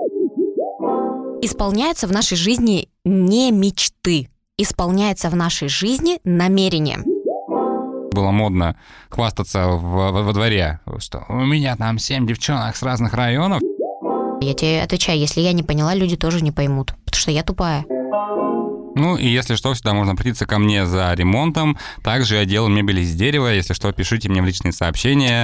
Исполняются в нашей жизни не мечты, исполняются в нашей жизни намерения. Было модно хвастаться во дворе, что у меня там 7 девчонок с разных районов. Я тебе отвечаю, если я не поняла, люди тоже не поймут, потому что я тупая. Ну и если что, всегда можно обратиться ко мне за ремонтом. Также я делаю мебель из дерева. Если что, пишите мне в личные сообщения.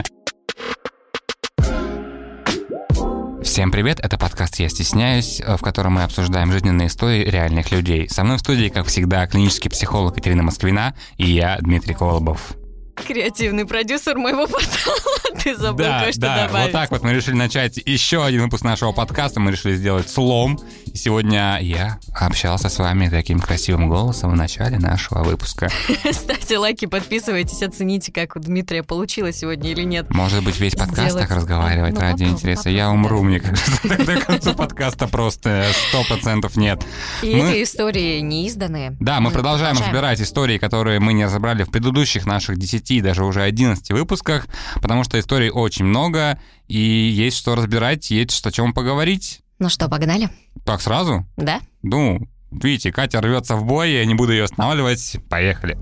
Всем привет, это подкаст «Я стесняюсь», в котором мы обсуждаем жизненные истории реальных людей. Со мной в студии, как всегда, клинический психолог Катерина Москвина и я, Дмитрий Колобов. Креативный продюсер моего портала. Ты забыл кое-что добавить. Вот так вот мы решили начать еще один выпуск нашего подкаста. Мы решили сделать слом. И сегодня я общался с вами таким красивым голосом в начале нашего выпуска. Ставьте лайки, подписывайтесь, оцените, как у Дмитрия получилось сегодня или нет. Может быть, весь подкаст так разговаривать ради интереса. Я умру, мне кажется, до конца подкаста просто 100% нет. И эти истории не изданные. Да, мы продолжаем разбирать истории, которые мы не разобрали в предыдущих наших 10, даже уже 11 выпусках, потому что историй очень много, и есть что разбирать, есть о чем поговорить. Ну что, погнали? Так сразу? Да. Ну, видите, Катя рвется в бой, я не буду ее останавливать. Поехали.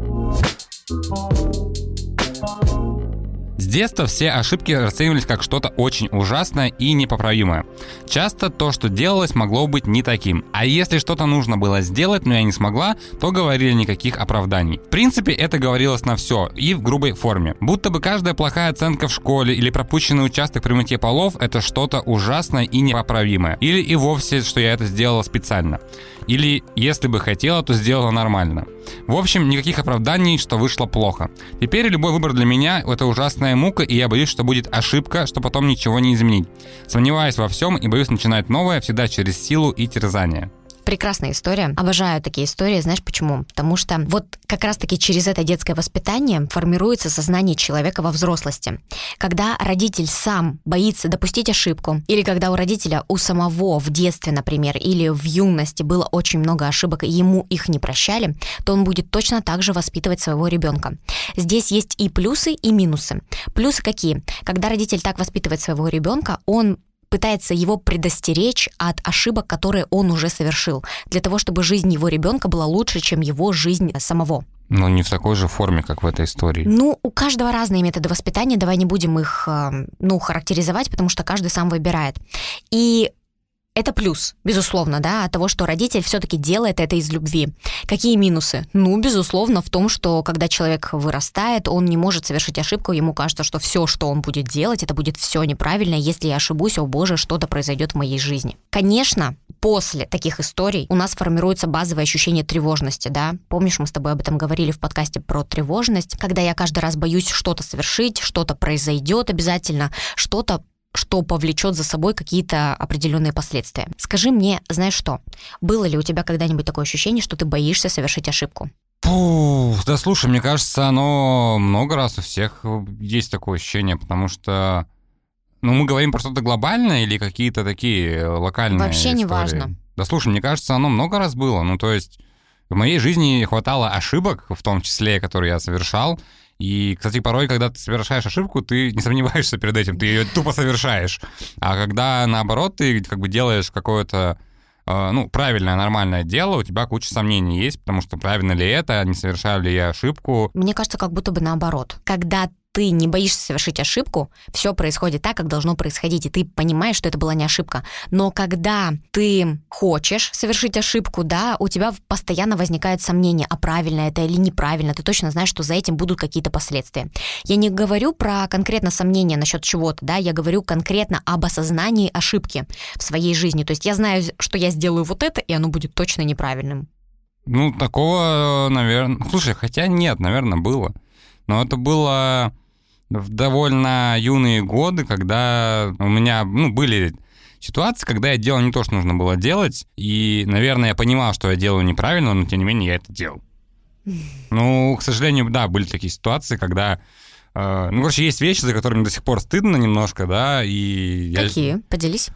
С детства все ошибки расценивались как что-то очень ужасное и непоправимое. Часто то, что делалось, могло быть не таким. А если что-то нужно было сделать, но я не смогла, то говорили никаких оправданий. В принципе, это говорилось на все и в грубой форме. Будто бы каждая плохая оценка в школе или пропущенный участок при мытье полов – это что-то ужасное и непоправимое. Или и вовсе, что я это сделала специально. Или, если бы хотела, то сделала нормально. В общем, никаких оправданий, что вышло плохо. Теперь любой выбор для меня – это ужасная мука, и я боюсь, что будет ошибка, что потом ничего не изменить. Сомневаюсь во всем и боюсь начинать новое всегда через силу и терзание. Прекрасная история. Обожаю такие истории. Знаешь почему? Потому что вот как раз-таки через это детское воспитание формируется сознание человека во взрослости. Когда родитель сам боится допустить ошибку, или когда у родителя, у самого в детстве, например, или в юности было очень много ошибок, и ему их не прощали, то он будет точно так же воспитывать своего ребенка. Здесь есть и плюсы, и минусы. Плюсы какие? Когда родитель так воспитывает своего ребенка, он пытается его предостеречь от ошибок, которые он уже совершил, для того, чтобы жизнь его ребенка была лучше, чем его жизнь самого. Но не в такой же форме, как в этой истории. Ну, у каждого разные методы воспитания, давай не будем их, характеризовать, потому что каждый сам выбирает. И это плюс, безусловно, да, от того, что родитель все-таки делает это из любви. Какие минусы? Ну, безусловно, в том, что когда человек вырастает, он не может совершить ошибку, ему кажется, что все, что он будет делать, это будет все неправильно, если я ошибусь, о боже, что-то произойдет в моей жизни. Конечно, после таких историй у нас формируется базовое ощущение тревожности, да. Помнишь, мы с тобой об этом говорили в подкасте про тревожность, когда я каждый раз боюсь что-то совершить, что-то произойдет обязательно, что повлечет за собой какие-то определенные последствия. Скажи мне, знаешь что, было ли у тебя когда-нибудь такое ощущение, что ты боишься совершить ошибку? Да слушай, мне кажется, оно много раз у всех есть такое ощущение, потому что мы говорим про что-то глобальное или какие-то такие локальные Вообще истории? не важно. Да слушай, мне кажется, оно много раз было. То есть в моей жизни хватало ошибок, в том числе, которые я совершал. И, кстати, порой, когда ты совершаешь ошибку, ты не сомневаешься перед этим, ты ее тупо совершаешь. А когда, наоборот, ты делаешь какое-то, правильное, нормальное дело, у тебя куча сомнений есть, потому что правильно ли это, не совершаю ли я ошибку. Мне кажется, как будто бы наоборот. Когда ты не боишься совершить ошибку, все происходит так, как должно происходить, и ты понимаешь, что это была не ошибка. Но когда ты хочешь совершить ошибку, да, у тебя постоянно возникает сомнение, а правильно это или неправильно, ты точно знаешь, что за этим будут какие-то последствия. Я не говорю про конкретно сомнения насчет чего-то, да, я говорю конкретно об осознании ошибки в своей жизни. То есть я знаю, что я сделаю вот это, и оно будет точно неправильным. Такого, наверное... Слушай, хотя нет, наверное, было. Но это было в довольно юные годы, когда у меня, были ситуации, когда я делал не то, что нужно было делать, и, наверное, я понимал, что я делаю неправильно, но, тем не менее, я это делал. К сожалению, да, были такие ситуации, когда... есть вещи, за которыми до сих пор стыдно немножко, да, и... Какие? Поделись.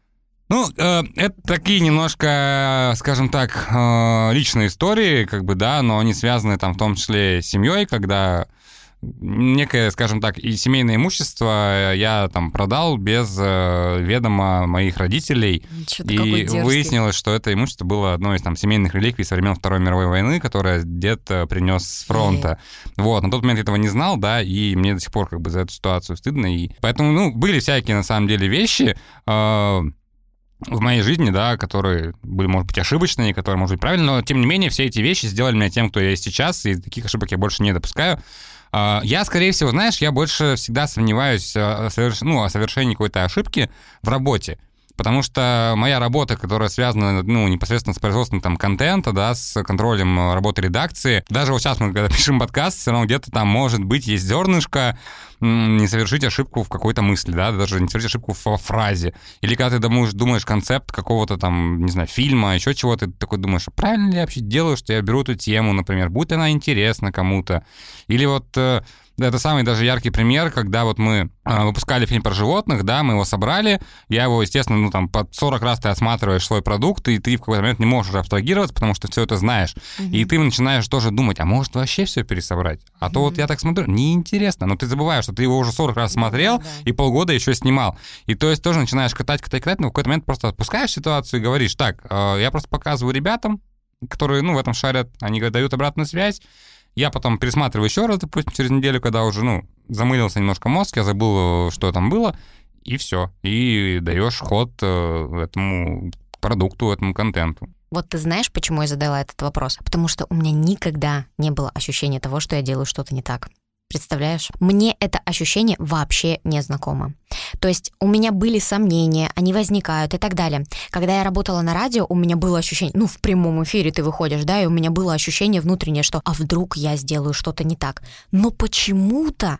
Это такие немножко, скажем так, личные истории, но они связаны там в том числе с семьей, когда некое, скажем так, и семейное имущество я там продал без ведома моих родителей. И выяснилось, что это имущество было одной из там семейных реликвий со времен Второй мировой войны, которое дед принес с фронта. Вот, на тот момент я этого не знал, да, и мне до сих пор как бы за эту ситуацию стыдно. И поэтому, ну, были всякие, на самом деле, вещи в моей жизни, да, которые были, может быть, ошибочные, которые, может быть, правильные, но, тем не менее, все эти вещи сделали меня тем, кто я есть сейчас, и таких ошибок я больше не допускаю. Я, скорее всего, знаешь, я больше всегда сомневаюсь о совершении какой-то ошибки в работе. Потому что моя работа, которая связана, ну, непосредственно с производством там контента, да, с контролем работы редакции, даже вот сейчас мы, когда пишем подкаст, все равно где-то там, может быть, есть зернышко, не совершить ошибку в какой-то мысли, да, даже не совершить ошибку во фразе. Или когда ты думаешь концепт какого-то там, не знаю, фильма, еще чего-то, ты такой думаешь, правильно ли я вообще делаю, что я беру эту тему, например, будет она интересна кому-то. Или вот... Это самый даже яркий пример, когда вот мы выпускали фильм про животных, да, мы его собрали, я его, естественно, ну, там, под 40 раз ты осматриваешь свой продукт, и ты в какой-то момент не можешь уже абстрагироваться, потому что все это знаешь. И ты начинаешь тоже думать, а может вообще все пересобрать? А то вот я так смотрю, неинтересно, но ты забываешь, что ты его уже 40 раз смотрел и полгода еще снимал. И то есть тоже начинаешь катать, но в какой-то момент просто отпускаешь ситуацию и говоришь, так, я просто показываю ребятам, которые, ну, в этом шарят, они дают обратную связь. Я потом пересматриваю еще раз, допустим, через неделю, когда уже, ну, замылился немножко мозг, я забыл, что там было, и все. И даешь ход этому продукту, этому контенту. Вот ты знаешь, почему я задала этот вопрос? Потому что у меня никогда не было ощущения того, что я делаю что-то не так. Представляешь? Мне это ощущение вообще не знакомо. То есть у меня были сомнения, они возникают и так далее. Когда я работала на радио, у меня было ощущение, ну, в прямом эфире ты выходишь, да, и у меня было ощущение внутреннее, что а вдруг я сделаю что-то не так. Но почему-то,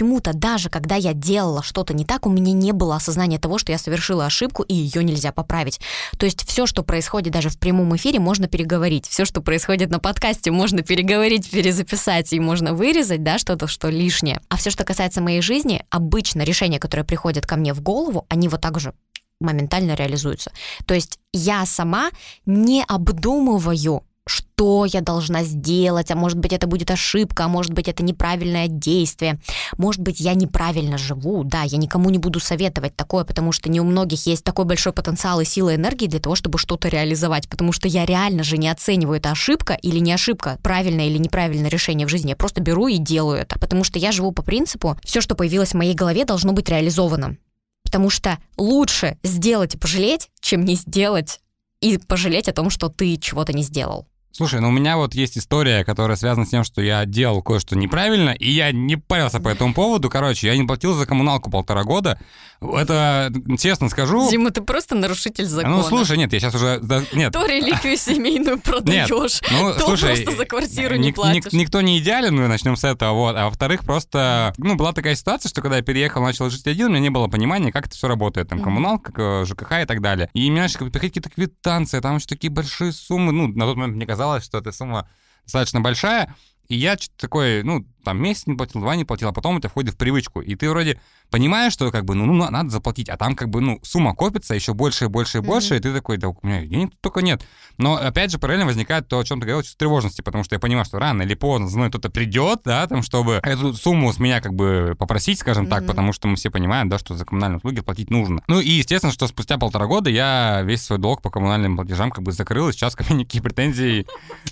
даже когда я делала что-то не так, у меня не было осознания того, что я совершила ошибку, и ее нельзя поправить. То есть все, что происходит даже в прямом эфире, можно переговорить. Все, что происходит на подкасте, можно переговорить, перезаписать, и можно вырезать, да, что-то, что лишнее. А все, что касается моей жизни, обычно решения, которые приходят ко мне в голову, они вот так же моментально реализуются. То есть я сама не обдумываю, что я должна сделать, а может быть, это будет ошибка, а может быть, это неправильное действие, может быть, я неправильно живу, да, я никому не буду советовать такое, потому что не у многих есть такой большой потенциал и сила энергии для того, чтобы что-то реализовать, потому что я реально же не оцениваю, это ошибка или не ошибка, правильное или неправильное решение в жизни, я просто беру и делаю это, потому что я живу по принципу, все, что появилось в моей голове, должно быть реализовано, потому что лучше сделать и пожалеть, чем не сделать и пожалеть о том, что ты чего-то не сделал. Слушай, ну у меня вот есть история, которая связана с тем, что я делал кое-что неправильно, и я не парился по этому поводу. Короче, я не платил за коммуналку 1,5 года. Это, честно скажу... Дима, ты просто нарушитель закона. Ну, слушай, нет, я сейчас уже... Нет. То реликвию семейную продаешь, то слушай, просто за квартиру не платишь. Никто не идеален, мы начнем с этого, вот. А во-вторых, просто, ну, была такая ситуация, что когда я переехал, начал жить один, у меня не было понимания, как это все работает, там, коммуналка, ЖКХ и так далее. И мне начали приходить какие-то квитанции, там еще такие большие суммы, ну, на тот момент мне казалось, что эта сумма достаточно большая, и я что-то такой, ну, там, месяц не платил, 2 не платил, а потом это входит в привычку, и ты вроде понимаешь, что, как бы, ну, надо заплатить, а там, как бы, ну, сумма копится еще больше и больше и больше, и ты такой, да, у меня денег только нет. Но, опять же, параллельно возникает то, о чем ты говорил, чувство тревожности, потому что я понимаю, что рано или поздно за мной кто-то придет, да, там, чтобы эту сумму с меня, как бы, попросить, скажем так, потому что мы все понимаем, да, что за коммунальные услуги платить нужно. Ну, и, естественно, что спустя 1,5 года я весь свой долг по коммунальным платежам, как бы, закрыл, и сейчас ко мне никаких претензий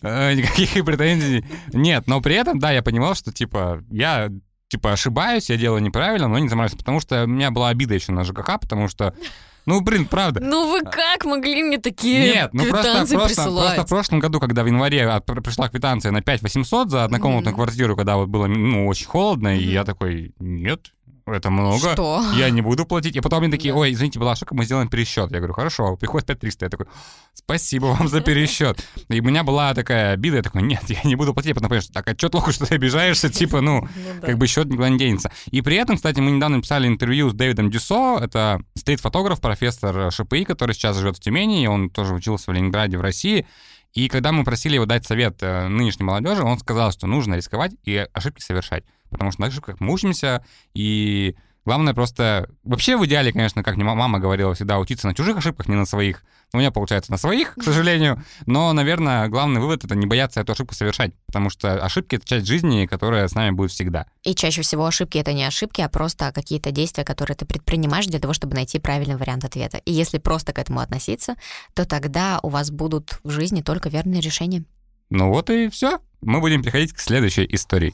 нет, но при этом, да, я понимал, что, типа, я ошибаюсь, я делаю неправильно, но не заморачиваюсь, потому что у меня была обида еще на ЖКХ, потому что, ну, блин, правда. Ну, вы как могли мне такие квитанции присылать? Просто в прошлом году, когда в январе пришла квитанция на 5800 за однокомнатную квартиру, когда вот было, ну, очень холодно, и я такой, нет, это много. Что? Я не буду платить. И потом они такие, ой, извините, была ошибка, мы сделаем пересчет. Я говорю, хорошо, приходит 5300. Я такой, спасибо вам за пересчет. И у меня была такая обида, я такой, нет, я не буду платить. Потом понимаешь, так, а что толку, что ты обижаешься? Типа, ну, как бы счет никуда не денется. И при этом, кстати, мы недавно написали интервью с Дэвидом Дюссо, это стрит-фотограф, профессор ШПИ, который сейчас живет в Тюмени, и он тоже учился в Ленинграде, в России. И когда мы просили его дать совет нынешней молодежи, он сказал, что нужно рисковать и ошибки совершать. Потому что на ошибках мы учимся, и Главное просто... Вообще в идеале, конечно, как мне мама говорила всегда, учиться на чужих ошибках, не на своих. У меня получается на своих, к сожалению. Но, наверное, главный вывод — это не бояться эту ошибку совершать. Потому что ошибки — это часть жизни, которая с нами будет всегда. И чаще всего ошибки — это не ошибки, а просто какие-то действия, которые ты предпринимаешь для того, чтобы найти правильный вариант ответа. И если просто к этому относиться, то тогда у вас будут в жизни только верные решения. Ну вот и все. Мы будем переходить к следующей истории.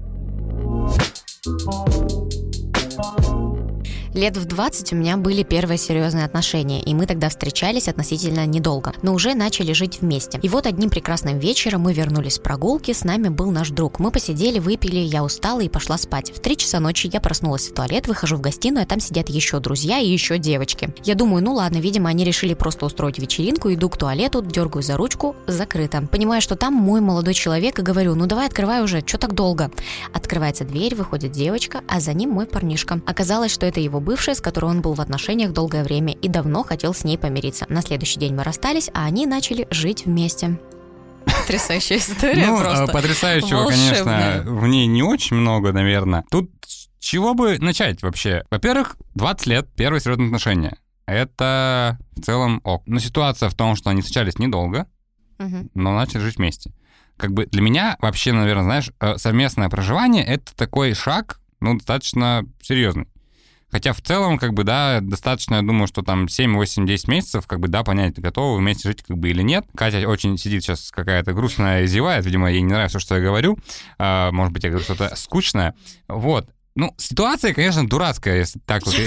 Лет в 20 у меня были первые серьезные отношения, и мы тогда встречались относительно недолго, но уже начали жить вместе. И вот одним прекрасным вечером мы вернулись с прогулки, с нами был наш друг. Мы посидели, выпили, я устала и пошла спать. В 3 часа ночи я проснулась в туалет, выхожу в гостиную, а там сидят еще друзья и еще девочки. Я думаю, ну ладно, видимо, они решили просто устроить вечеринку, иду к туалету, дергаю за ручку, закрыто. Понимаю, что там мой молодой человек, и говорю, ну давай открывай уже, что так долго? Открывается дверь, выходит девочка, а за ним мой парнишка. Оказалось, что это его бывшая, с которой он был в отношениях долгое время и давно хотел с ней помириться. На следующий день мы расстались, а они начали жить вместе. Потрясающая история просто. Потрясающего, конечно, в ней не очень много, наверное. Тут с чего бы начать вообще? Во-первых, 20 лет, первые серьезные отношения. Это в целом ок. Но ситуация в том, что они встречались недолго, но начали жить вместе. Как бы для меня вообще, наверное, знаешь, совместное проживание — это такой шаг, ну, достаточно серьезный. Хотя в целом, как бы, да, достаточно, я думаю, что там 7, 8, 10 месяцев, как бы, да, понять, готовы вместе жить, как бы, или нет. Катя очень сидит сейчас какая-то грустная и зевает, видимо, ей не нравится, что я говорю. Может быть, я говорю что-то скучное. Вот. Ну, ситуация, конечно, дурацкая, если так вот.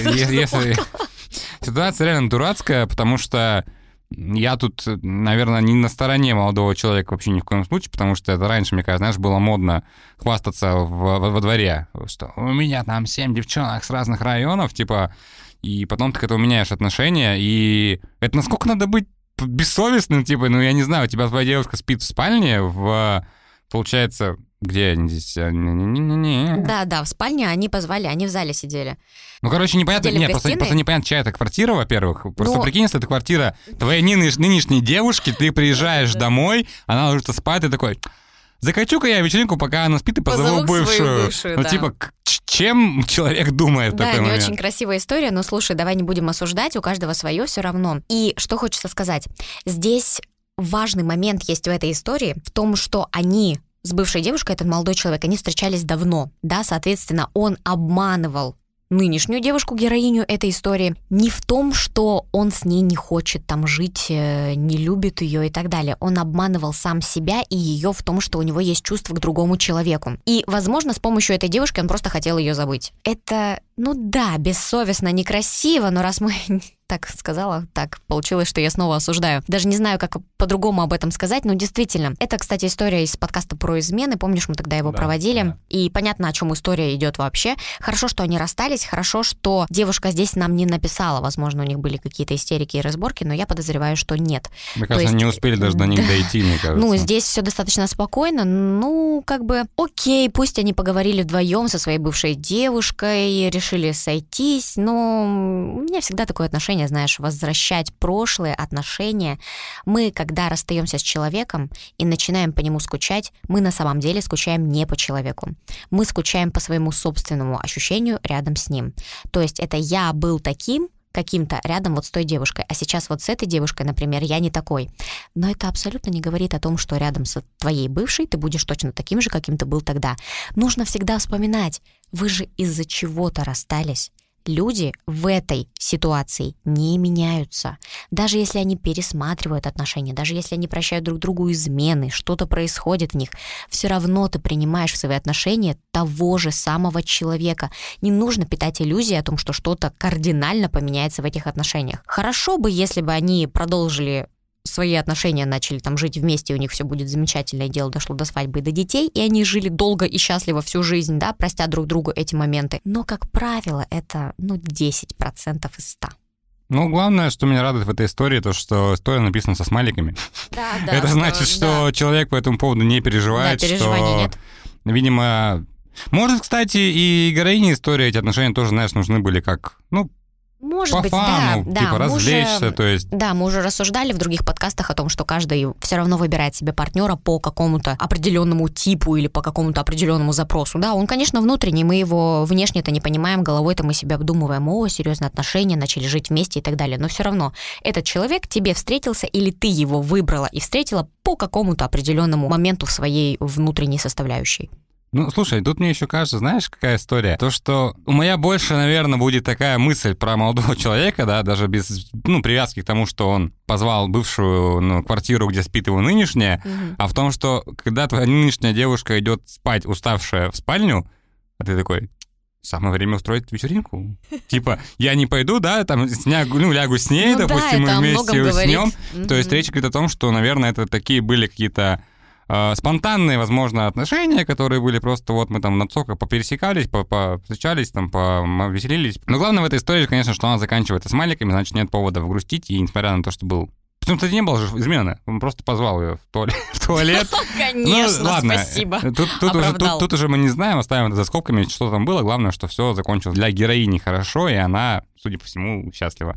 Ситуация реально дурацкая, потому что я тут, наверное, не на стороне молодого человека вообще ни в коем случае, потому что это раньше, мне кажется, знаешь, было модно хвастаться во дворе, что у меня там 7 девчонок с разных районов, типа, и потом ты к этому меняешь отношения, и это насколько надо быть бессовестным, типа, ну, я не знаю, у тебя твоя девушка спит в спальне, получается... Где они здесь? Да, в спальне они позвали, они в зале сидели. Ну, короче, непонятно, нет, просто непонятно, чья это квартира, во-первых. Просто прикинь, если это квартира твоей нынешней девушки, ты приезжаешь домой, она ложится спать, ты такой, закачу-ка я вечеринку, пока она спит, и позову бывшую. Ну, да. Типа, чем человек думает в такой момент? Да, не очень красивая история, но слушай, давай не будем осуждать, у каждого свое все равно. И что хочется сказать, здесь важный момент есть в этой истории, в том, что они... С бывшей девушкой, этот молодой человек, они встречались давно, да, соответственно, он обманывал нынешнюю девушку-героиню этой истории не в том, что он с ней не хочет там жить, не любит ее и так далее. Он обманывал сам себя и ее в том, что у него есть чувства к другому человеку. И, возможно, с помощью этой девушки он просто хотел ее забыть. Это, ну да, бессовестно, некрасиво, но раз мы... Так сказала, так получилось, что я снова осуждаю. Даже не знаю, как по-другому об этом сказать, но действительно. Это, кстати, история из подкаста про измены. Помнишь, мы тогда его проводили? Да. И понятно, о чем история идет вообще. Хорошо, что они расстались, хорошо, что девушка здесь нам не написала. Возможно, у них были какие-то истерики и разборки, но я подозреваю, что нет. Мне кажется, не успели даже до них дойти, мне кажется. Ну, здесь все достаточно спокойно. Ну, как бы, окей, пусть они поговорили вдвоем со своей бывшей девушкой, решили сойтись, но у меня всегда такое отношение, знаешь, возвращать прошлые отношения. Мы, когда расстаемся с человеком и начинаем по нему скучать, мы на самом деле скучаем не по человеку. Мы скучаем по своему собственному ощущению рядом с ним. То есть это я был таким, каким-то рядом вот с той девушкой, а сейчас вот с этой девушкой, например, я не такой. Но это абсолютно не говорит о том, что рядом с твоей бывшей ты будешь точно таким же, каким ты был тогда. Нужно всегда вспоминать, вы же из-за чего-то расстались. Люди в этой ситуации не меняются. Даже если они пересматривают отношения, даже если они прощают друг другу измены, что-то происходит в них, все равно ты принимаешь в свои отношения того же самого человека. Не нужно питать иллюзии о том, что что-то кардинально поменяется в этих отношениях. Хорошо бы, если бы они продолжили свои отношения, начали там жить вместе, у них все будет замечательно, и дело дошло до свадьбы и до детей, и они жили долго и счастливо всю жизнь, да, простя друг другу эти моменты. Но, как правило, это, 10% из 100. Ну, главное, что меня радует в этой истории, то, что история написана со смайликами. Да. Это значит, что человек по этому поводу не переживает, переживаний что, нет. Видимо... Может, кстати, и героине истории эти отношения тоже, знаешь, нужны были как, Может по быть, фану, да, типа мы развлечься, уже, то есть... Да, мы уже рассуждали в других подкастах о том, что каждый все равно выбирает себе партнера по какому-то определенному типу или по какому-то определенному запросу. Да, он, конечно, внутренний, мы его внешне-то не понимаем, головой-то мы себя обдумываем, серьезные отношения, начали жить вместе и так далее. Но все равно этот человек тебе встретился или ты его выбрала и встретила по какому-то определенному моменту в своей внутренней составляющей. Ну, слушай, тут мне еще кажется, знаешь, какая история? То, что у меня больше, наверное, будет такая мысль про молодого человека, да, даже без, привязки к тому, что он позвал бывшую квартиру, где спит его нынешняя, а в том, что когда твоя нынешняя девушка идет спать, уставшая, в спальню, а ты такой... Самое время устроить вечеринку. Типа, я не пойду, да, там, лягу с ней, допустим, мы вместе уснем. То есть речь говорит о том, что, наверное, это такие были какие-то спонтанные, возможно, отношения, которые были просто вот мы там на цоках попересекались, встречались, там, повеселились. Но главное в этой истории, конечно, что она заканчивается смайликами, значит, нет повода грустить, и несмотря на то, что был... Причем, кстати, не было же измены, он просто позвал ее в туалет. Конечно, ладно, спасибо. Тут уже мы не знаем, оставим это за скобками, что там было. Главное, что все закончилось для героини хорошо, и она, судя по всему, счастлива.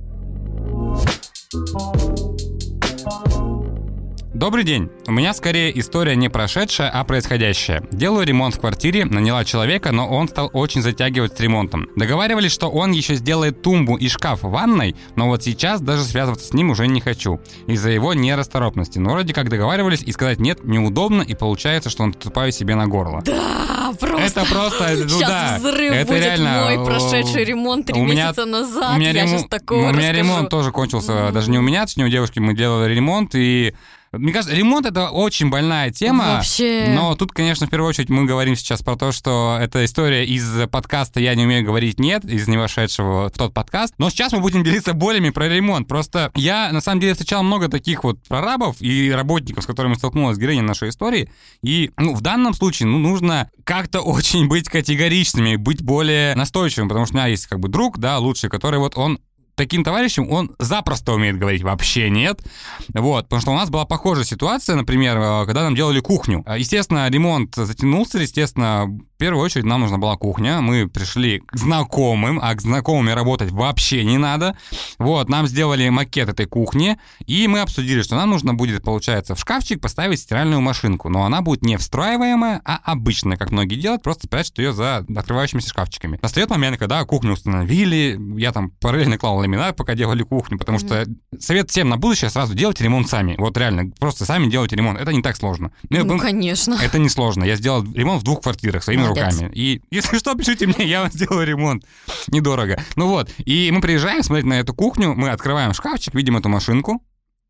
Добрый день. У меня скорее история не прошедшая, а происходящая. Делаю ремонт в квартире, наняла человека, но он стал очень затягивать с ремонтом. Договаривались, что он еще сделает тумбу и шкаф в ванной, но вот сейчас даже связываться с ним уже не хочу. Из-за его нерасторопности. Но вроде как договаривались, и сказать нет неудобно, и получается, что он наступает себе на горло. Да, просто. Это просто, сейчас взрыв это будет реально, мой прошедший ремонт 3 месяца назад. Я сейчас такого расскажу. У меня ремонт тоже кончился, даже не у меня, точнее у девушки, мы делали ремонт, и... Мне кажется, ремонт — это очень больная тема. Вообще. Но тут, конечно, в первую очередь мы говорим сейчас про то, что это история из подкаста «Я не умею говорить нет», из не вошедшего в тот подкаст. Но сейчас мы будем делиться болями про ремонт. Просто я, на самом деле, встречал много таких вот прорабов и работников, с которыми столкнулась героиня нашей истории. И в данном случае нужно как-то очень быть категоричными, быть более настойчивым, потому что у меня есть как бы друг, да, лучший, который вот он таким товарищем, он запросто умеет говорить «вообще нет». Вот, потому что у нас была похожая ситуация, например, когда нам делали кухню. Естественно, ремонт затянулся, естественно, в первую очередь нам нужна была кухня. Мы пришли к знакомым, а к знакомым работать вообще не надо. Вот, нам сделали макет этой кухни, и мы обсудили, что нам нужно будет, получается, в шкафчик поставить стиральную машинку, но она будет не встраиваемая, а обычная, как многие делают, просто прячут ее за открывающимися шкафчиками. Настает момент, когда кухню установили, я там параллельно клал ламинат, пока делали кухню, потому что совет всем на будущее: сразу делайте ремонт сами. Вот реально, просто сами делайте ремонт. Это не так сложно. Конечно. Это не сложно. Я сделал ремонт в 2 квартирах своими руками. И если что, пишите мне, я вам сделаю ремонт. Недорого. Ну вот. И мы приезжаем смотреть на эту кухню, мы открываем шкафчик, видим эту машинку,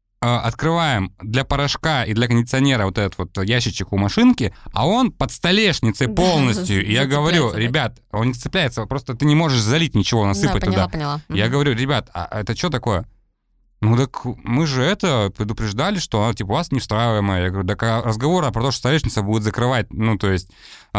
открываем для порошка и для кондиционера вот этот вот ящичек у машинки, а он под столешницей полностью. И я говорю, ребят, он не цепляется, просто ты не можешь залить ничего, насыпать туда. Поняла. Я говорю, ребят, а это что такое? Ну так мы же это предупреждали, что типа у вас не встраиваемая. Я говорю, так разговора про то, что столешница будет закрывать, то есть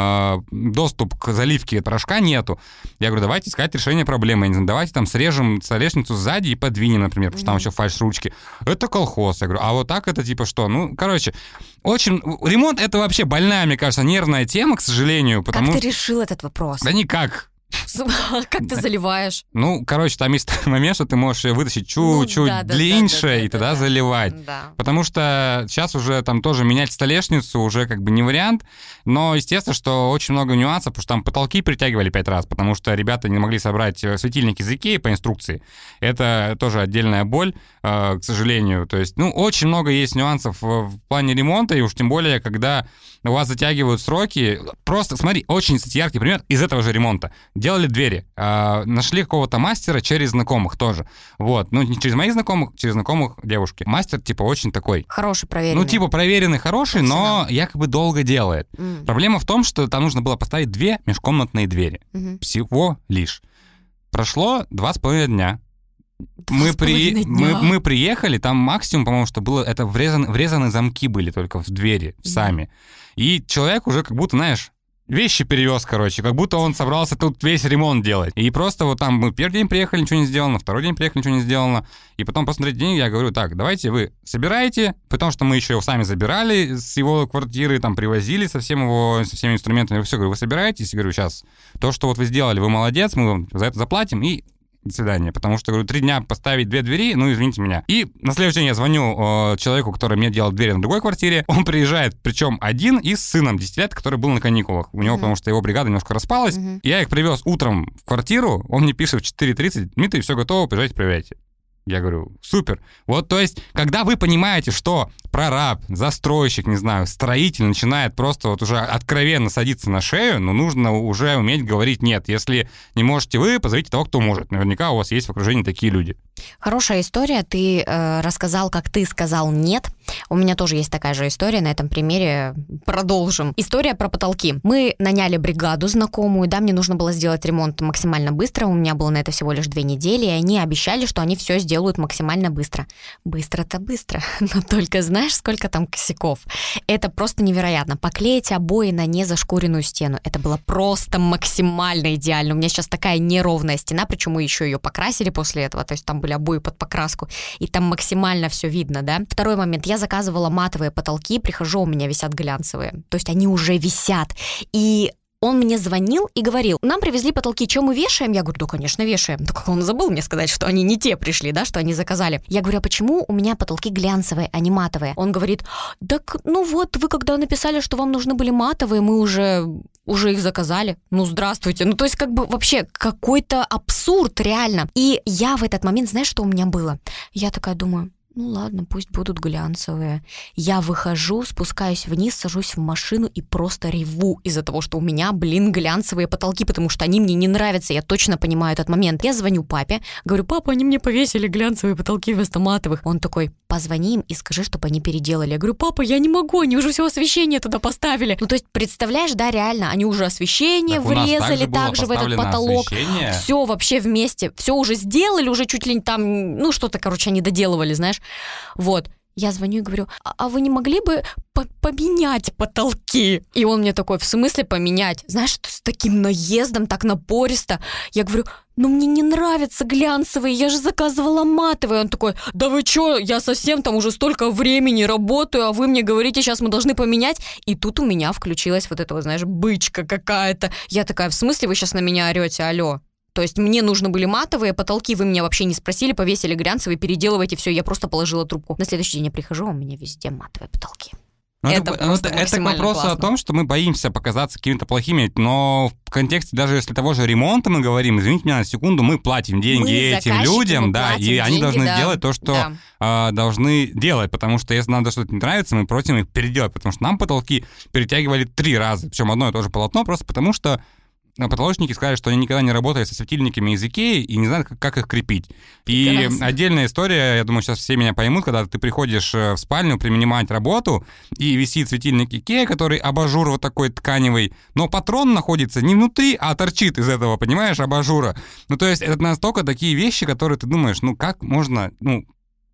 доступ к заливке порошка нету. Я говорю, давайте искать решение проблемы. Давайте там срежем столешницу сзади и подвинем, например, потому что там еще фальш-ручки. Это колхоз. Я говорю, а вот так это типа что? Очень... Ремонт — это вообще больная, мне кажется, нервная тема, к сожалению. Как ты решил этот вопрос? Да никак. Как ты заливаешь? Там есть момент, что ты можешь ее вытащить чуть-чуть длиннее и тогда заливать. Да. Потому что сейчас уже там тоже менять столешницу уже как бы не вариант. Но, естественно, что очень много нюансов, потому что там потолки притягивали 5 раз, потому что ребята не могли собрать светильники из Икеи по инструкции. Это тоже отдельная боль, к сожалению. То есть, очень много есть нюансов в плане ремонта, и уж тем более, когда у вас затягивают сроки. Просто, смотри, очень яркий пример из этого же ремонта. Делали двери. Нашли какого-то мастера через знакомых тоже. Вот. Не через моих знакомых, через знакомых девушки. Мастер, очень такой... Хороший, проверенный. Проверенный, хороший, но якобы долго делает. Проблема в том, что там нужно было поставить 2 межкомнатные двери. Всего лишь. Прошло 2,5 дня. Мы приехали, там максимум, по-моему, что было, это врезаны замки были только в двери, сами. И человек уже как будто, знаешь, вещи перевез, как будто он собрался тут весь ремонт делать. И просто вот там мы первый день приехали, ничего не сделано, второй день приехали, ничего не сделано. И потом после 3 дня я говорю, так, давайте вы собираете, потому что мы еще его сами забирали с его квартиры, там привозили со всеми инструментами. Все, говорю, вы собираетесь? Я говорю, сейчас, то, что вот вы сделали, вы молодец, мы вам за это заплатим, и до свидания, потому что, говорю, 3 дня поставить 2 двери, ну, извините меня. И на следующий день я звоню человеку, который мне делал двери на другой квартире, он приезжает, причем один, и с сыном 10 лет, который был на каникулах. У него, потому что его бригада немножко распалась. Я их привез утром в квартиру, он мне пишет в 4:30: Дмитрий, все готово, приезжайте, проверяйте. Я говорю, супер. Вот, то есть, когда вы понимаете, что прораб, застройщик, не знаю, строитель начинает просто вот уже откровенно садиться на шею, ну, нужно уже уметь говорить «нет». Если не можете вы, позовите того, кто может. Наверняка у вас есть в окружении такие люди. Хорошая история. Ты рассказал, как ты сказал «нет». У меня тоже есть такая же история. На этом примере продолжим. История про потолки. Мы наняли бригаду знакомую, да, мне нужно было сделать ремонт максимально быстро. У меня было на это всего лишь 2 недели, и они обещали, что они все сделают максимально быстро. Быстро-то быстро, но только знаешь, сколько там косяков? Это просто невероятно. Поклеить обои на незашкуренную стену. Это было просто максимально идеально. У меня сейчас такая неровная стена, причем мы еще ее покрасили после этого, то есть там были обои под покраску, и там максимально все видно, да. Второй момент. Я заказывала матовые потолки, прихожу, у меня висят глянцевые. То есть они уже висят. И он мне звонил и говорил: нам привезли потолки, что мы вешаем? Я говорю, да, конечно, вешаем. Только он забыл мне сказать, что они не те пришли, да, что они заказали. Я говорю, а почему у меня потолки глянцевые, а не матовые? Он говорит, так, ну вот, вы когда написали, что вам нужны были матовые, мы уже их заказали. Ну, здравствуйте. Ну, то есть, как бы, вообще, какой-то абсурд, реально. И я в этот момент, знаешь, что у меня было? Я такая думаю, ну ладно, пусть будут глянцевые. Я выхожу, спускаюсь вниз, сажусь в машину и просто реву из-за того, что у меня, глянцевые потолки, потому что они мне не нравятся, я точно понимаю этот момент. Я звоню папе, говорю, папа, они мне повесили глянцевые потолки вместо матовых. Он такой, позвони им и скажи, чтобы они переделали. Я говорю, папа, я не могу, они уже все освещение туда поставили. Ну, то есть, представляешь, да, реально, они уже освещение так врезали также в этот потолок. Все вообще вместе, все уже сделали, уже чуть ли не там, ну, что-то, короче, они доделывали, знаешь. Вот, я звоню и говорю, а вы не могли бы поменять потолки? И он мне такой, в смысле поменять? Знаешь, с таким наездом, так напористо. Я говорю, ну мне не нравятся глянцевые, я же заказывала матовые. Он такой, да вы чё, я совсем там уже столько времени работаю, а вы мне говорите, сейчас мы должны поменять. И тут у меня включилась вот эта вот, знаешь, бычка какая-то. Я такая, в смысле вы сейчас на меня орете, алло? То есть мне нужны были матовые потолки, вы меня вообще не спросили, повесили глянцевые, переделывайте все, я просто положила трубку. На следующий день я прихожу, у меня везде матовые потолки. Это к вопросу о том, что мы боимся показаться какими-то плохими, но в контексте даже если того же ремонта мы говорим, извините меня на секунду, мы платим деньги этим людям, да, и они должны делать то, что должны делать, потому что если нам что-то не нравится, мы просим их переделать, потому что нам потолки перетягивали 3 раза, причем одно и то же полотно, просто потому что потолочники сказали, что они никогда не работали со светильниками из Икеи и не знают, как их крепить. И прекрасно. Отдельная история, я думаю, сейчас все меня поймут, когда ты приходишь в спальню принимать работу, и висит светильник Икея, который абажур вот такой тканевый, но патрон находится не внутри, а торчит из этого, понимаешь, абажура. Ну, то есть это настолько такие вещи, которые ты думаешь, ну, как можно, ну,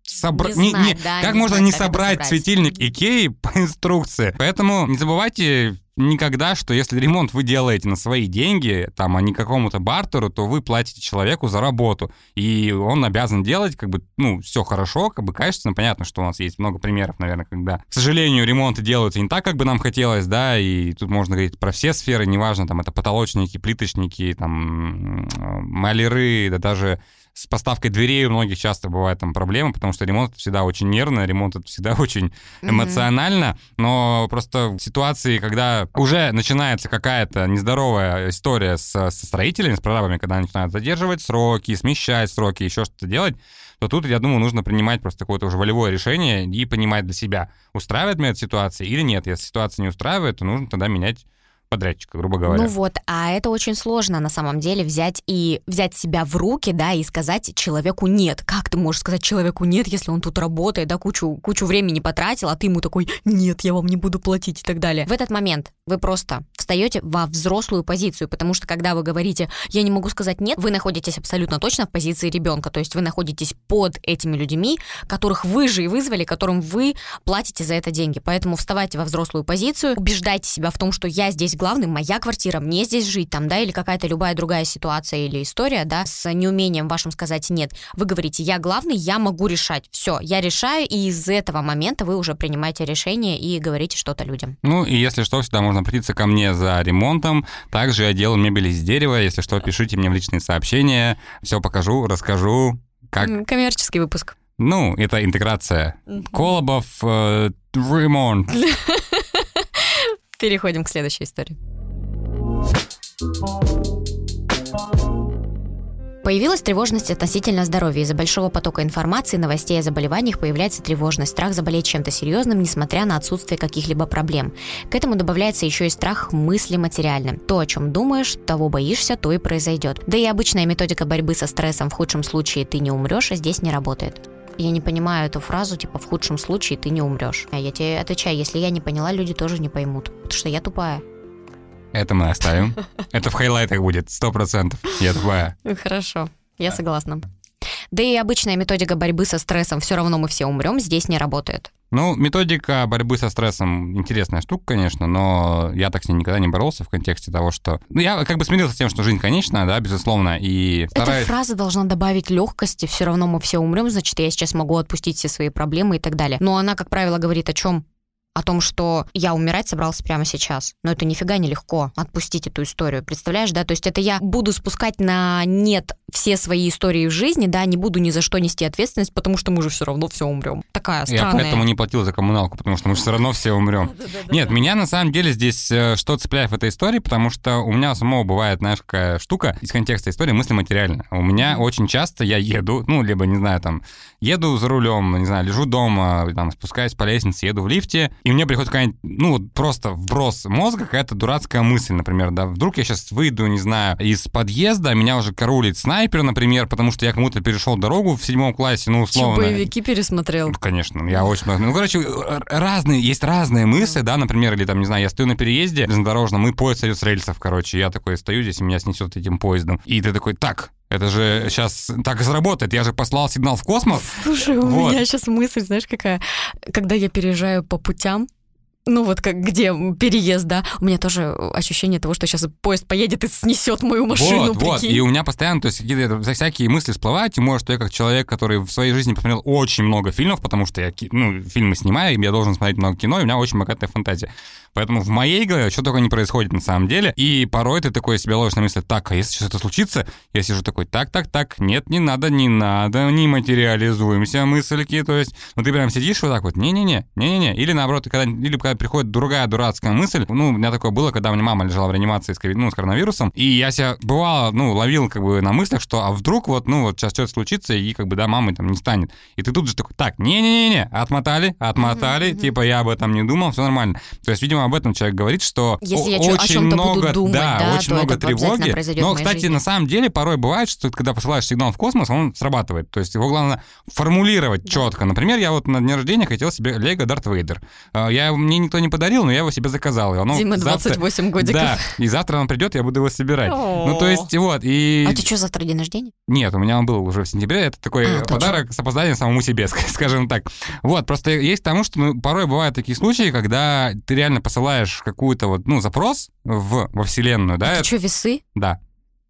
как можно не собрать светильник Икеи по инструкции. Поэтому не забывайте никогда, что если ремонт вы делаете на свои деньги, там, а не какому-то бартеру, то вы платите человеку за работу, и он обязан делать, как бы, ну, все хорошо, как бы качественно. Понятно, что у нас есть много примеров, наверное, когда, к сожалению, ремонты делаются не так, как бы нам хотелось, да, и тут можно говорить про все сферы, неважно, там, это потолочники, плиточники, там, маляры, да даже с поставкой дверей у многих часто бывает там проблемы, потому что ремонт всегда очень нервно, ремонт это всегда очень эмоционально, но просто в ситуации, когда уже начинается какая-то нездоровая история со строителями, с прорабами, когда они начинают задерживать сроки, смещать сроки, еще что-то делать, то тут, я думаю, нужно принимать просто какое-то уже волевое решение и понимать для себя, устраивает меня эта ситуация или нет. Если ситуация не устраивает, то нужно тогда менять подрядчика, грубо говоря. Ну вот, а это очень сложно на самом деле взять себя в руки, да, и сказать человеку нет. Как ты можешь сказать человеку нет, если он тут работает, да, кучу времени потратил, а ты ему такой, нет, я вам не буду платить и так далее. В этот момент вы просто встаете во взрослую позицию, потому что когда вы говорите, я не могу сказать нет, вы находитесь абсолютно точно в позиции ребенка, то есть вы находитесь под этими людьми, которых вы же и вызвали, которым вы платите за это деньги. Поэтому вставайте во взрослую позицию, убеждайте себя в том, что я здесь главный, моя квартира, мне здесь жить, там, да, или какая-то любая другая ситуация или история, да, с неумением вашим сказать нет. Вы говорите, я главный, я могу решать. Все, я решаю, и из этого момента вы уже принимаете решение и говорите что-то людям. Ну, и если что, всегда можно можно обратиться ко мне за ремонтом. Также я делаю мебель из дерева. Если что, пишите мне в личные сообщения. Все покажу, расскажу. Как... Коммерческий выпуск. Ну, это интеграция. Колобов, ремонт. Переходим к следующей истории. Появилась тревожность относительно здоровья. Из-за большого потока информации, новостей о заболеваниях появляется тревожность, страх заболеть чем-то серьезным, несмотря на отсутствие каких-либо проблем. К этому добавляется еще и страх мысли материальным. То, о чем думаешь, того боишься, то и произойдет. Да и обычная методика борьбы со стрессом «в худшем случае ты не умрешь» здесь не работает. Я не понимаю эту фразу, типа «в худшем случае ты не умрешь». А я тебе отвечаю, если я не поняла, люди тоже не поймут, потому что я тупая. Это мы оставим. Это в хайлайтах будет, 100%. Я тупая. Хорошо, я согласна. Да и обычная методика борьбы со стрессом «все равно мы все умрем» здесь не работает. Ну, методика борьбы со стрессом интересная штука, конечно, но я так с ней никогда не боролся в контексте того, что... Ну, я как бы смирился с тем, что жизнь конечна, да, безусловно, и стараюсь... Эта фраза должна добавить легкости, «все равно мы все умрем», значит, я сейчас могу отпустить все свои проблемы и так далее. Но она, как правило, говорит о чем? О том, что я умирать собрался прямо сейчас. Но это нифига не легко отпустить эту историю. Представляешь, да? То есть это я буду спускать на нет все свои истории в жизни, да, не буду ни за что нести ответственность, потому что мы же все равно все умрем. Такая странная. Я поэтому не платил за коммуналку, потому что мы же все равно все умрем. Нет, меня на самом деле здесь что цепляет в этой истории, потому что у меня самого бывает, знаешь, какая штука из контекста истории мысли материально. У меня очень часто я еду, ну, либо, не знаю, там, еду за рулем, не знаю, лежу дома, там, спускаюсь по лестнице, еду в лифте, и мне приходит какая-нибудь, ну, вот просто вброс мозга, какая-то дурацкая мысль, например, да, вдруг я сейчас выйду, не знаю, из подъезда, меня уже караулит снайпер, например, потому что я кому-то перешел дорогу в 7 классе, ну, условно. Че, боевики пересмотрел? Ну, конечно, я очень много. Ну, короче, есть разные мысли, да, например, или там, не знаю, я стою на переезде железнодорожном, и поезд сойдет с рельсов, короче, я такой стою здесь, и меня снесет этим поездом, и ты такой, так, это же сейчас так и заработает, я же послал сигнал в космос. Слушай, у меня сейчас мысль, знаешь, какая? Когда я переезжаю по путям, ну вот как где переезд, да, у меня тоже ощущение того, что сейчас поезд поедет и снесет мою машину, Вот, и у меня постоянно, то есть какие-то всякие мысли всплывают, тем более, что я как человек, который в своей жизни посмотрел очень много фильмов, потому что я, ну, фильмы снимаю, я должен смотреть много кино, и у меня очень богатая фантазия. Поэтому в моей голове что только не происходит на самом деле, и порой ты такой себя ловишь на мысли, так, а если сейчас это случится, я сижу такой, так, нет, не надо, не материализуемся, мыслики, то есть, ну ты прям сидишь вот так вот, не-не-не, или наоборот, когда приходит другая дурацкая мысль, ну, у меня такое было, когда у меня мама лежала в реанимации с коронавирусом, и я себя, бывало, ну, ловил как бы на мыслях, что, а вдруг вот сейчас что-то случится, и как бы, да, мамы там не станет. И ты тут же такой, так, не-не-не, отмотали, типа я об этом не думал, все нормально. То есть, видимо, об этом человек говорит, что если я очень много, буду думать, да, очень много тревоги. Но, кстати, на самом деле порой бывает, что когда посылаешь сигнал в космос, он срабатывает. То есть его главное формулировать четко. Например, я вот на дне рождения хотел себе Лего Дарт Вейдер. Мне никто не подарил, но я его себе заказал. И Дима, 28 годиков. Да, и завтра он придет, я буду его собирать. Ну, то есть, вот. И... А у тебя что, завтра день рождения? Нет, у меня он был уже в сентябре. Это такой подарок с опозданием самому себе, скажем так. Вот, просто есть тому, что порой бывают такие случаи, когда ты реально посылаешь какую-то вот, ну, запрос во Вселенную, да? Ты что, весы? Да.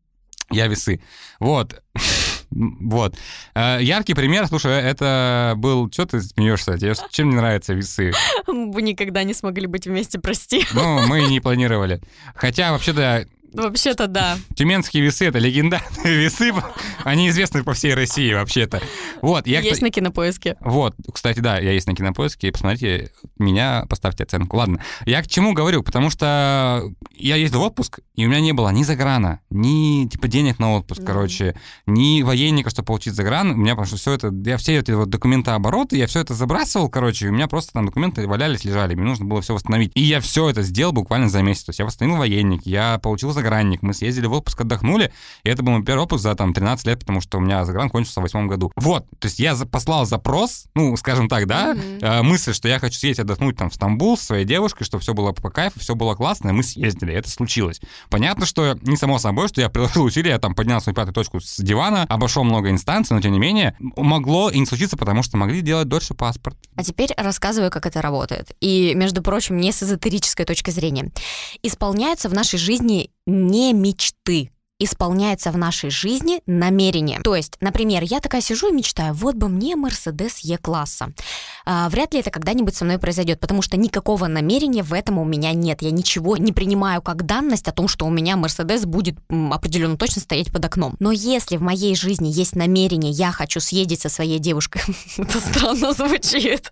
Я весы. Вот. Вот. Яркий пример, слушай, это был... Что ты смеешься? Тебе чем не нравятся весы? Мы никогда не смогли быть вместе, прости. Ну, мы не планировали. Хотя, вообще-то... Вообще-то да. Тюменские весы — это легендарные весы, они известны по всей России вообще-то. Вот, есть на Кинопоиске. Вот, кстати, да, я есть на Кинопоиске, посмотрите меня, поставьте оценку. Ладно, я к чему говорю, потому что я ездил в отпуск, и у меня не было ни заграна, ни типа денег на отпуск, короче, ни военника, чтобы получить загран. У меня потому что все это, я все эти вот документообороты, я все это забрасывал, короче, и у меня просто там документы валялись, лежали, мне нужно было все восстановить. И я все это сделал буквально за месяц. То есть я восстановил военник, я получил загранник, мы съездили в отпуск, отдохнули, и это был мой первый отпуск за там 13 лет, потому что у меня загран кончился в 8 году. Вот, то есть я послал запрос, ну, скажем так, да, мысль, что я хочу съездить отдохнуть там в Стамбул со своей девушкой, чтобы все было по кайфу, все было классно, и мы съездили, это случилось. Понятно, что не само собой, что я приложил усилия, я там поднял свою пятую точку с дивана, обошел много инстанций, но тем не менее могло и не случиться, потому что могли делать дольше паспорт. А теперь рассказываю, как это работает. И, между прочим, не с эзотерической точки зрения. Исполняются в нашей жизни не мечты, исполняется в нашей жизни намерение. То есть, например, я такая сижу и мечтаю, вот бы мне Мерседес Е-класса. вряд ли это когда-нибудь со мной произойдет, потому что никакого намерения в этом у меня нет. Я ничего не принимаю как данность о том, что у меня Мерседес будет определенно точно стоять под окном. Но если в моей жизни есть намерение, я хочу съездить со своей девушкой, это странно звучит,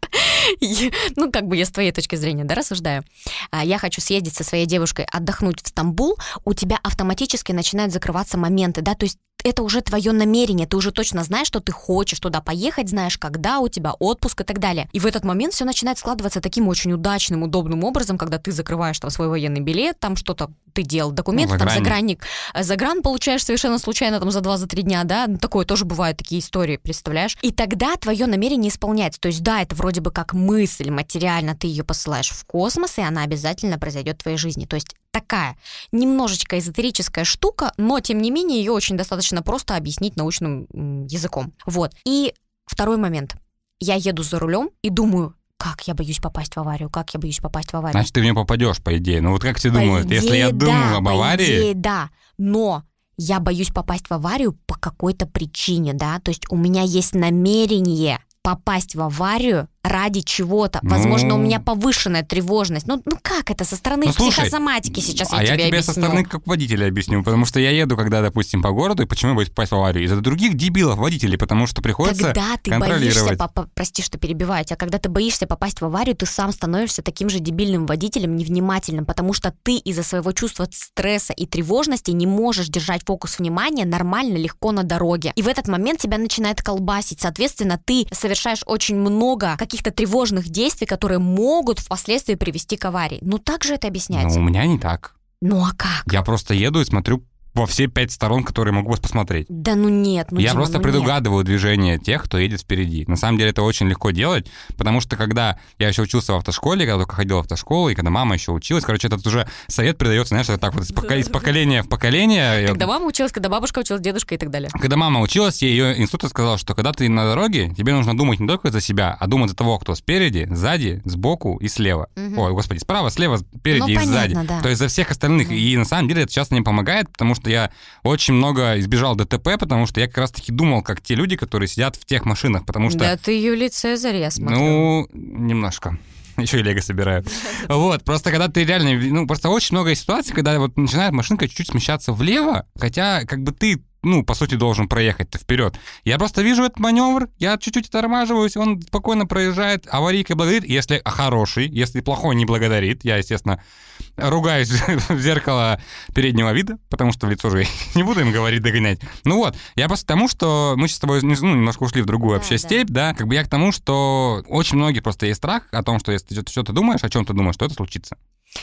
ну, как бы я с твоей точки зрения, да, рассуждаю, я хочу съездить со своей девушкой, отдохнуть в Стамбул, у тебя автоматически начинают закрываться моменты, да, то есть это уже твое намерение, ты уже точно знаешь, что ты хочешь туда поехать, знаешь, когда у тебя отпуск и так далее. И в этот момент все начинает складываться таким очень удачным, удобным образом, когда ты закрываешь там свой военный билет, там что-то ты делал, документы, там загран получаешь совершенно случайно там за 2-3 дня, да, ну, такое тоже бывают, такие истории, представляешь? И тогда твое намерение исполняется, то есть да, это вроде бы как мысль, материально ты ее посылаешь в космос, и она обязательно произойдет в твоей жизни, то есть такая немножечко эзотерическая штука, но тем не менее ее очень достаточно просто объяснить научным языком. Вот. И второй момент. Я еду за рулем и думаю, как я боюсь попасть в аварию, как я боюсь попасть в аварию. Значит, ты в нее попадешь, по идее. Ну вот как все думают, если я думаю об аварии... По идее, да, но я боюсь попасть в аварию по какой-то причине, да, то есть у меня есть намерение попасть в аварию ради чего-то. Возможно, у меня повышенная тревожность. Ну как это со стороны психосоматики сейчас я тебе объясню? А я тебе со стороны как водителя объясню, потому что я еду, когда, допустим, по городу, и почему я боюсь попасть в аварию? Из-за других дебилов водителей, потому что приходится контролировать. Когда ты боишься, прости, что перебиваю тебя, когда ты боишься попасть в аварию, ты сам становишься таким же дебильным водителем, невнимательным, потому что ты из-за своего чувства стресса и тревожности не можешь держать фокус внимания нормально, легко на дороге. И в этот момент тебя начинает колбасить. Соответственно, ты совершаешь очень много каких-то тревожных действий, которые могут впоследствии привести к аварии. Ну, так же это объясняется. Ну, у меня не так. Ну, а как? Я просто еду и смотрю во все 5 сторон, которые могу вас посмотреть. Да ну нет, ну Я Дима, просто предугадываю движение тех, кто едет впереди. На самом деле это очень легко делать, потому что когда я еще учился в автошколе, когда только ходил в автошколу, и когда мама еще училась, короче, этот уже совет передается, знаешь, так вот из поколения в поколение. Когда мама училась, когда бабушка училась, дедушка и так далее. Когда мама училась, ее инструктор сказал, что когда ты на дороге, тебе нужно думать не только за себя, а думать за того, кто спереди, сзади, сбоку и слева. Ой, господи, справа, слева, спереди и сзади. Да. То есть за всех остальных. Да. И на самом деле это часто не помогает, потому что я очень много избежал ДТП, потому что я как раз-таки думал, как те люди, которые сидят в тех машинах, потому что... Да ты Юлий Цезарь, я смотрю. Ну, немножко. Еще и лего собираю. Вот, просто когда ты реально... Ну, просто очень много ситуаций, когда вот начинает машинка чуть-чуть смещаться влево, хотя как бы ты, ну, по сути, должен проехать-то вперед. Я просто вижу этот маневр, я чуть-чуть оттормаживаюсь, он спокойно проезжает, аварийка благодарит, если хороший, если плохой не благодарит, я, естественно, ругаюсь в зеркало переднего вида, потому что в лицо же не буду им говорить, догонять. Ну вот, я просто к тому, что мы сейчас с тобой немножко ушли в другую вообще степь, да, как бы я к тому, что очень многих просто есть страх о том, что если ты что-то думаешь, о чем ты думаешь, то это случится.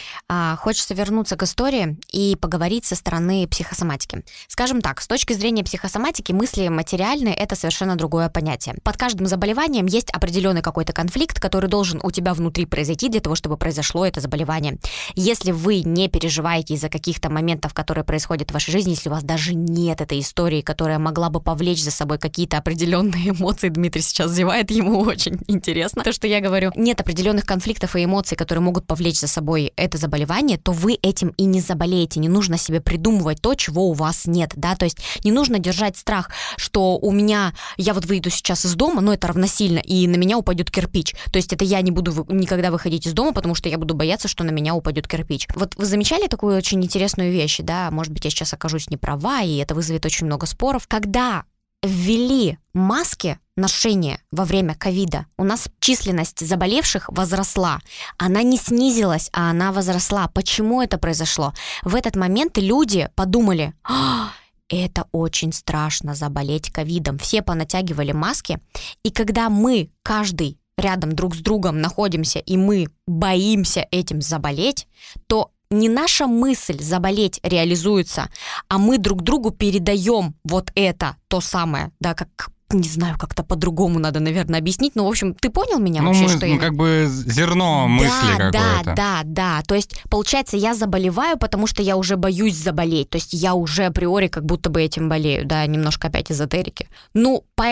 Хочется вернуться к истории и поговорить со стороны психосоматики. Скажем так, с точки зрения психосоматики, мысли материальные — это совершенно другое понятие. Под каждым заболеванием есть определенный какой-то конфликт, который должен у тебя внутри произойти для того, чтобы произошло это заболевание. Если вы не переживаете из-за каких-то моментов, которые происходят в вашей жизни, если у вас даже нет этой истории, которая могла бы повлечь за собой какие-то определенные эмоции, Дмитрий сейчас зевает, ему очень интересно то, что я говорю, нет определенных конфликтов и эмоций, которые могут повлечь за собой это заболевание, то вы этим и не заболеете. Не нужно себе придумывать то, чего у вас нет, да, то есть не нужно держать страх, что у меня, я вот выйду сейчас из дома, но это равносильно, и на меня упадет кирпич. То есть это я не буду никогда выходить из дома, потому что я буду бояться, что на меня упадет кирпич. Вот вы замечали такую очень интересную вещь, да, может быть, я сейчас окажусь не права, и это вызовет очень много споров. Когда ввели маски ношения во время ковида, у нас численность заболевших возросла. Она не снизилась, а она возросла. Почему это произошло? В этот момент люди подумали, это очень страшно заболеть ковидом. Все понатягивали маски, и когда мы, каждый рядом друг с другом находимся, и мы боимся этим заболеть, то не наша мысль заболеть реализуется, а мы друг другу передаем вот это, то самое, да, как, не знаю, как-то по-другому надо, наверное, объяснить, но, в общем, ты понял меня вообще, что я... как бы зерно мысли какое-то. Да, то есть, получается, я заболеваю, потому что я уже боюсь заболеть, то есть я уже априори как будто бы этим болею, да, немножко опять эзотерики. Ну, поэтому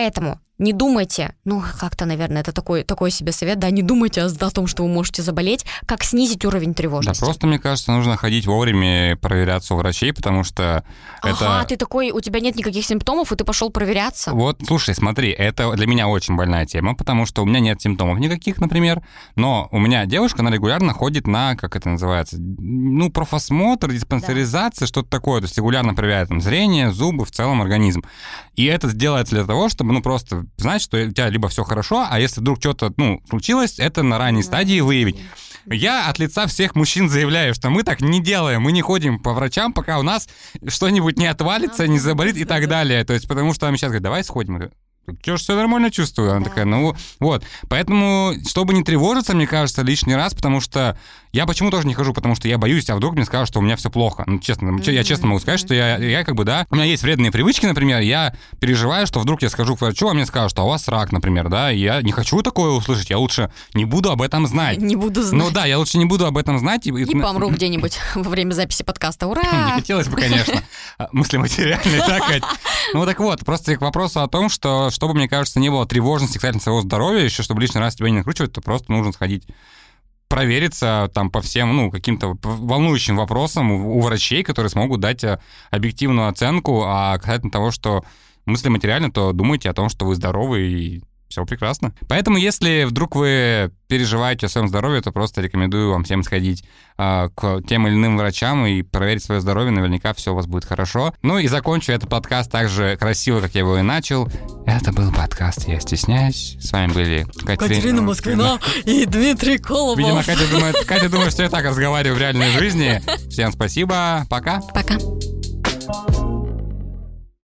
не думайте, как-то, наверное, это такой себе совет, да, не думайте о том, что вы можете заболеть, как снизить уровень тревожности. Да, просто, мне кажется, нужно ходить вовремя, проверяться у врачей, потому что это... ты такой, у тебя нет никаких симптомов, и ты пошел проверяться. Вот, слушай, смотри, это для меня очень больная тема, потому что у меня нет симптомов никаких, например, но у меня девушка, она регулярно ходит на, как это называется, профосмотр, диспансеризация, что-то такое, то есть регулярно проверяет там зрение, зубы, в целом организм. И это делается для того, чтобы, просто знать, что у тебя либо все хорошо, а если вдруг что-то, случилось, это на ранней стадии выявить. Я от лица всех мужчин заявляю, что мы так не делаем, мы не ходим по врачам, пока у нас что-нибудь не отвалится, не заболит и так далее. То есть, потому что она сейчас говорит, давай сходим. Что ж, все нормально чувствую. Она такая, вот. Поэтому, чтобы не тревожиться, мне кажется, лишний раз, потому что я почему тоже не хожу, потому что я боюсь, а вдруг мне скажут, что у меня все плохо. Честно, я честно могу сказать, что я у меня есть вредные привычки, например, я переживаю, что вдруг я схожу к врачу, а мне скажут, что у вас рак, например, да, и я не хочу такое услышать, я лучше не буду об этом знать. Не буду знать. Я лучше не буду об этом знать. И помру где-нибудь во время записи подкаста. Ура! Не хотелось бы, конечно. Мысли материальные, так сказать. Так вот, просто к вопросу о том, что, чтобы, мне кажется, не было тревожности касательно своего здоровья, еще чтобы лишний раз тебя не накручивать, то просто нужно сходить провериться там по всем, каким-то волнующим вопросам у врачей, которые смогут дать объективную оценку, а касательно того, что мысли материально, то думайте о том, что вы здоровы и все прекрасно. Поэтому, если вдруг вы переживаете о своем здоровье, то просто рекомендую вам всем сходить к тем или иным врачам и проверить свое здоровье. Наверняка все у вас будет хорошо. И закончу этот подкаст так же красиво, как я его и начал. Это был подкаст «Я стесняюсь». С вами были Катерина Москвина и Дмитрий Колобов. Видимо, Катя думает, что я так разговариваю в реальной жизни. Всем спасибо. Пока. Пока.